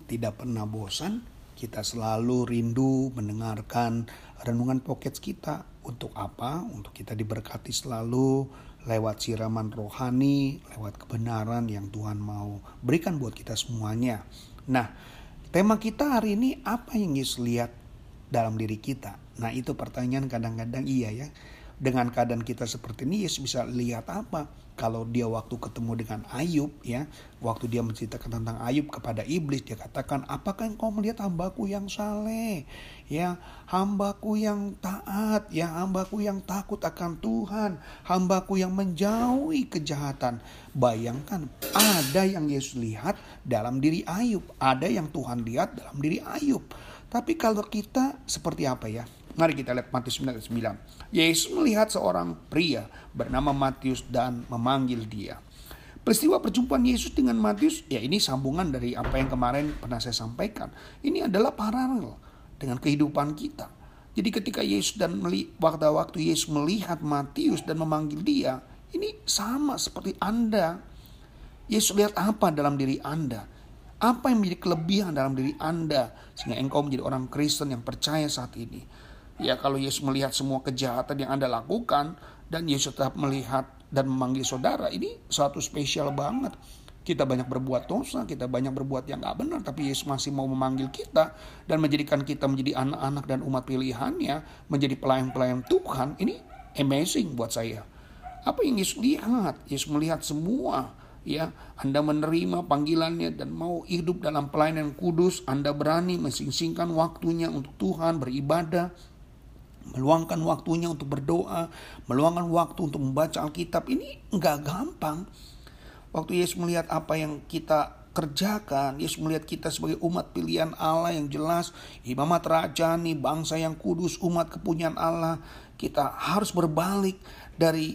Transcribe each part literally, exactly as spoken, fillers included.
tidak pernah bosan, kita selalu rindu mendengarkan renungan podcast kita. Untuk apa? Untuk kita diberkati selalu lewat siraman rohani, lewat kebenaran yang Tuhan mau berikan buat kita semuanya. Nah, tema kita hari ini, apa yang Yesus lihat dalam diri kita? Nah, itu pertanyaan kadang-kadang iya ya. Dengan keadaan kita seperti ini, Yesus bisa lihat apa? Kalau dia waktu ketemu dengan Ayub ya, waktu dia menceritakan tentang Ayub kepada iblis, dia katakan, apakah engkau melihat hambaku yang saleh, ya, hambaku yang taat, ya, hambaku yang takut akan Tuhan, hambaku yang menjauhi kejahatan. Bayangkan, ada yang Yesus lihat dalam diri Ayub, ada yang Tuhan lihat dalam diri Ayub. Tapi kalau kita seperti apa ya? Mari kita lihat Matius sembilan ayat sembilan. Yesus melihat seorang pria bernama Matius dan memanggil dia. Peristiwa perjumpaan Yesus dengan Matius, ya ini sambungan dari apa yang kemarin pernah saya sampaikan. Ini adalah paralel dengan kehidupan kita. Jadi ketika Yesus dan waktu waktu Yesus melihat Matius dan memanggil dia, ini sama seperti Anda. Yesus lihat apa dalam diri Anda? Apa yang menjadi kelebihan dalam diri Anda sehingga engkau menjadi orang Kristen yang percaya saat ini? Ya, kalau Yesus melihat semua kejahatan yang Anda lakukan dan Yesus tetap melihat dan memanggil saudara, ini suatu spesial banget. Kita banyak berbuat dosa, kita banyak berbuat yang gak benar, tapi Yesus masih mau memanggil kita dan menjadikan kita menjadi anak-anak dan umat pilihannya, menjadi pelayan-pelayan Tuhan. Ini amazing buat saya. Apa yang Yesus lihat? Yesus melihat semua. Ya, Anda menerima panggilannya dan mau hidup dalam pelayanan kudus. Anda berani mensing-singkan waktunya untuk Tuhan, beribadah, meluangkan waktunya untuk berdoa, meluangkan waktu untuk membaca Alkitab. Ini enggak gampang. Waktu Yesus melihat apa yang kita kerjakan, Yesus melihat kita sebagai umat pilihan Allah yang jelas, imamat rajani, bangsa yang kudus, umat kepunyaan Allah. Kita harus berbalik dari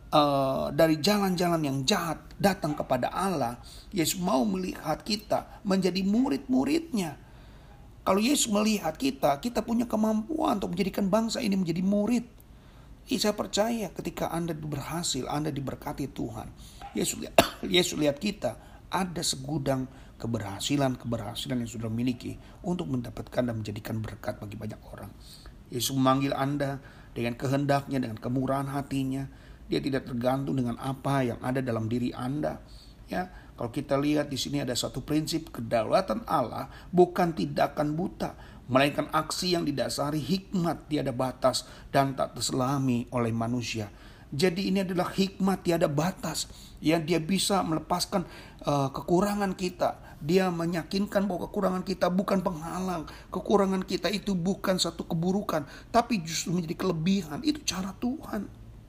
uh, dari jalan-jalan yang jahat, datang kepada Allah. Yesus mau melihat kita menjadi murid-muridnya. Kalau Yesus melihat kita, kita punya kemampuan untuk menjadikan bangsa ini menjadi murid. Saya percaya ketika Anda berhasil, Anda diberkati Tuhan. Yesus lihat, Yesus lihat kita, ada segudang keberhasilan-keberhasilan yang sudah miliki untuk mendapatkan dan menjadikan berkat bagi banyak orang. Yesus memanggil Anda dengan kehendaknya, dengan kemurahan hatinya. Dia tidak tergantung dengan apa yang ada dalam diri Anda. Ya, kalau kita lihat di sini ada satu prinsip, kedaulatan Allah bukan tindakan buta, melainkan aksi yang didasari hikmat tiada batas dan tak terselami oleh manusia. Jadi ini adalah hikmat tiada batas yang dia bisa melepaskan uh, kekurangan kita. Dia meyakinkan bahwa kekurangan kita bukan penghalang, kekurangan kita itu bukan satu keburukan, tapi justru menjadi kelebihan. Itu cara Tuhan.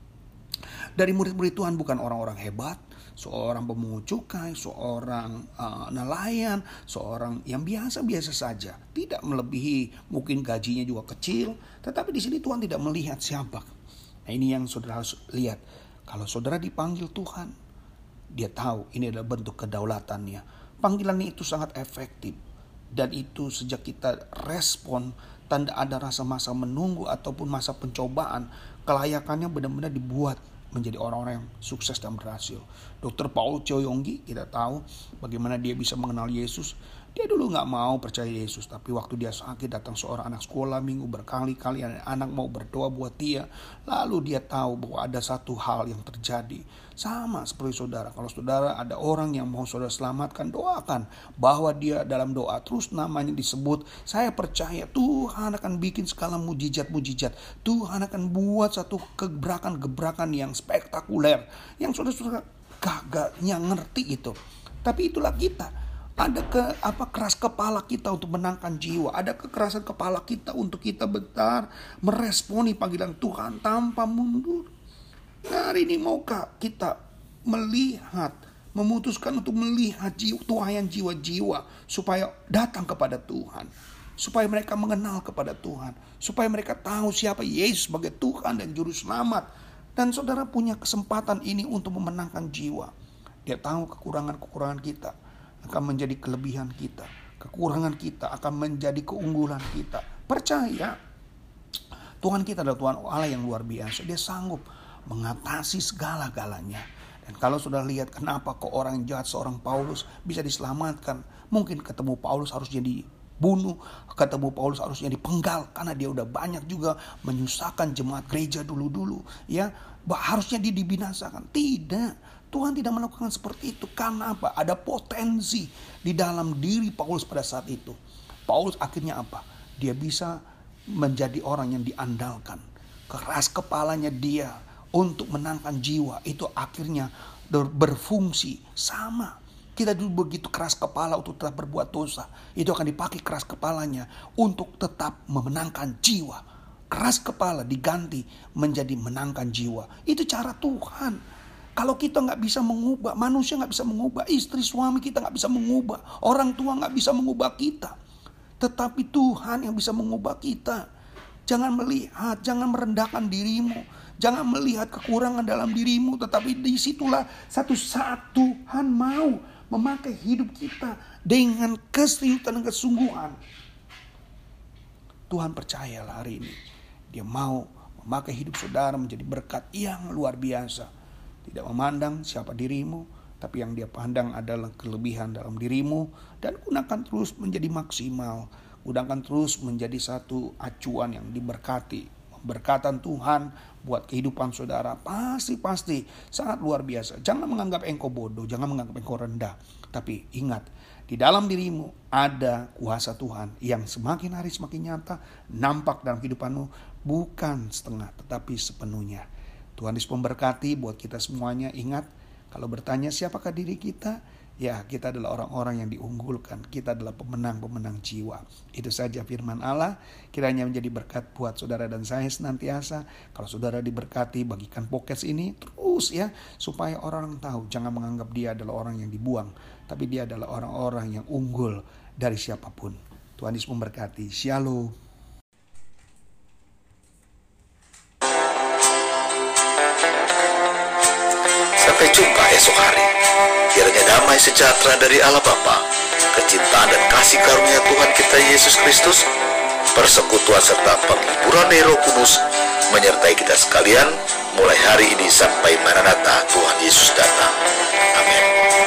Dari murid-murid Tuhan bukan orang-orang hebat, seorang pemungut cukai, seorang uh, nelayan, seorang yang biasa-biasa saja, tidak melebihi, mungkin gajinya juga kecil, tetapi di sini Tuhan tidak melihat siapa. Nah, ini yang saudara harus lihat. Kalau saudara dipanggil Tuhan, dia tahu ini adalah bentuk kedaulatannya. Panggilannya itu sangat efektif, dan itu sejak kita respon, tanda ada rasa masa menunggu ataupun masa pencobaan, kelayakannya benar-benar dibuat menjadi orang-orang yang sukses dan berhasil. Dokter Paul Choyonggi, kita tahu bagaimana dia bisa mengenal Yesus. Dia dulu gak mau percaya Yesus, tapi waktu dia sakit datang seorang anak sekolah minggu berkali-kali, anak mau berdoa buat dia. Lalu dia tahu bahwa ada satu hal yang terjadi. Sama seperti saudara, kalau saudara ada orang yang mau saudara selamatkan, doakan bahwa dia dalam doa terus namanya disebut. Saya percaya Tuhan akan bikin segala mujizat-mujizat. Tuhan akan buat satu gebrakan-gebrakan yang spektakuler, yang saudara-saudara gagaknya ngerti itu. Tapi itulah kita. Ada ke apa keras kepala kita untuk menangkan jiwa. Ada kekerasan kepala kita untuk kita bentar meresponi panggilan Tuhan tanpa mundur. Nah, hari ini maukah kita melihat, memutuskan untuk melihat jiwa, tuayan jiwa-jiwa supaya datang kepada Tuhan, supaya mereka mengenal kepada Tuhan, supaya mereka tahu siapa Yesus sebagai Tuhan dan Juru Selamat. Dan saudara punya kesempatan ini untuk memenangkan jiwa. Dia tahu kekurangan-kekurangan kita akan menjadi kelebihan kita. Kekurangan kita akan menjadi keunggulan kita. Percaya, Tuhan kita adalah Tuhan Allah yang luar biasa. Dia sanggup mengatasi segala-galanya. Dan kalau sudah lihat kenapa kok orang jahat seorang Paulus bisa diselamatkan, mungkin ketemu Paulus harus jadi bunuh, ketemu Paulus harusnya dipenggal karena dia udah banyak juga menyusahkan jemaat gereja dulu-dulu, ya. Harusnya dia dibinasakan. Tidak, Tuhan tidak melakukan seperti itu. Karena apa? Ada potensi di dalam diri Paulus pada saat itu. Paulus akhirnya apa? Dia bisa menjadi orang yang diandalkan. Keras kepalanya dia untuk menangkan jiwa itu akhirnya berfungsi sama. Kita dulu begitu keras kepala untuk tetap berbuat dosa, itu akan dipakai keras kepalanya untuk tetap memenangkan jiwa. Keras kepala diganti menjadi menangkan jiwa. Itu cara Tuhan. Kalau kita nggak bisa mengubah, manusia nggak bisa mengubah, istri suami kita nggak bisa mengubah, orang tua nggak bisa mengubah kita, tetapi Tuhan yang bisa mengubah kita. Jangan melihat, jangan merendahkan dirimu, jangan melihat kekurangan dalam dirimu, tetapi disitulah satu saat Tuhan mau memakai hidup kita dengan keseriusan dan kesungguhan. Tuhan percayalah hari ini, Dia mau memakai hidup saudara menjadi berkat yang luar biasa. Tidak memandang siapa dirimu, tapi yang Dia pandang adalah kelebihan dalam dirimu. Dan gunakan terus menjadi maksimal, gunakan terus menjadi satu acuan yang diberkati. Berkatan Tuhan buat kehidupan saudara pasti-pasti sangat luar biasa. Jangan menganggap engkau bodoh, jangan menganggap engkau rendah. Tapi ingat, di dalam dirimu ada kuasa Tuhan yang semakin hari semakin nyata, nampak dalam kehidupanmu, bukan setengah tetapi sepenuhnya. Tuhan Yesus memberkati buat kita semuanya. Ingat, kalau bertanya siapakah diri kita? Ya, kita adalah orang-orang yang diunggulkan. Kita adalah pemenang-pemenang jiwa. Itu saja firman Allah. Kiranya menjadi berkat buat saudara dan saya senantiasa. Kalau saudara diberkati, bagikan podcast ini terus ya. Supaya orang tahu, jangan menganggap dia adalah orang yang dibuang. Tapi dia adalah orang-orang yang unggul dari siapapun. Tuhan Yesus memberkati. Shalom. Sampai jumpa esok hari. Kiranya damai sejahtera dari Allah Bapa, kecintaan dan kasih karunia Tuhan kita Yesus Kristus, persekutuan serta penghiburan Roh Kudus menyertai kita sekalian mulai hari ini sampai Maranatha Tuhan Yesus datang. Amin.